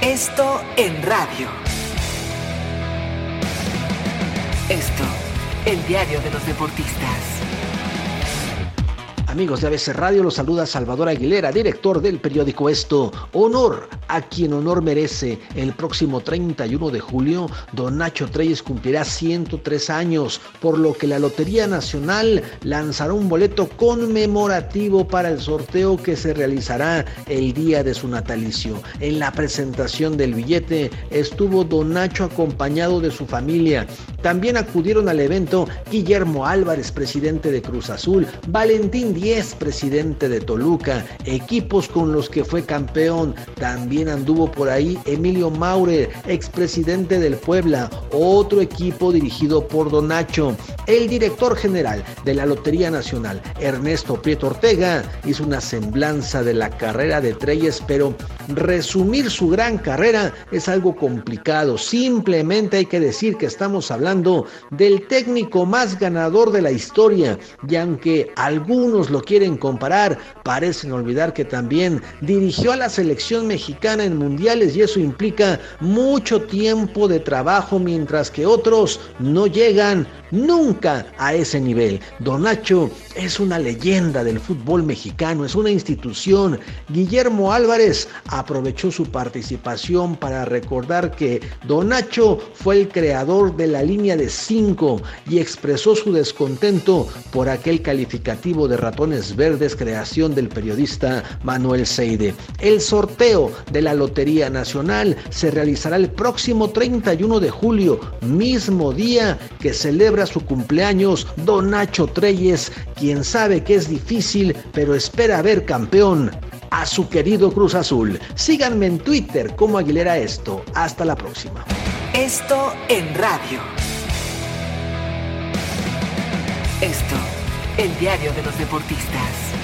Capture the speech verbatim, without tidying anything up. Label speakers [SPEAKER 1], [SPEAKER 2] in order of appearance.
[SPEAKER 1] Esto en radio. Esto, el diario de los deportistas.
[SPEAKER 2] Amigos de A B C Radio, los saluda Salvador Aguilera, director del periódico Esto. Honor a quien honor merece. El próximo treinta y uno de julio, don Nacho Treyes cumplirá ciento tres años, por lo que la Lotería Nacional lanzará un boleto conmemorativo para el sorteo que se realizará el día de su natalicio. En la presentación del billete estuvo don Nacho acompañado de su familia. También acudieron al evento Guillermo Álvarez, presidente de Cruz Azul, Valentín Díez, presidente de Toluca, equipos con los que fue campeón. También anduvo por ahí Emilio Maurer, expresidente del Puebla, otro equipo dirigido por don Nacho. El director general de la Lotería Nacional, Ernesto Prieto Ortega, hizo una semblanza de la carrera de Treyes, pero resumir su gran carrera es algo complicado. Simplemente hay que decir que estamos hablando del técnico más ganador de la historia, y aunque algunos lo quieren comparar, parecen olvidar que también dirigió a la selección mexicana en mundiales, y eso implica mucho tiempo de trabajo, mientras que otros no llegan nunca a ese nivel. Don Nacho es una leyenda del fútbol mexicano, es una institución. Guillermo Álvarez aprovechó su participación para recordar que don Nacho fue el creador de la línea de cinco y expresó su descontento por aquel calificativo de ratones verdes, creación del periodista Manuel Seide. El sorteo de la Lotería Nacional se realizará el próximo treinta y uno de julio, mismo día que celebra su cumpleaños don Nacho Treyes, quien sabe que es difícil, pero espera ver campeón a su querido Cruz Azul. Síganme en Twitter como Aguilera Esto. Hasta la próxima.
[SPEAKER 1] Esto en radio. Esto, el diario de los deportistas.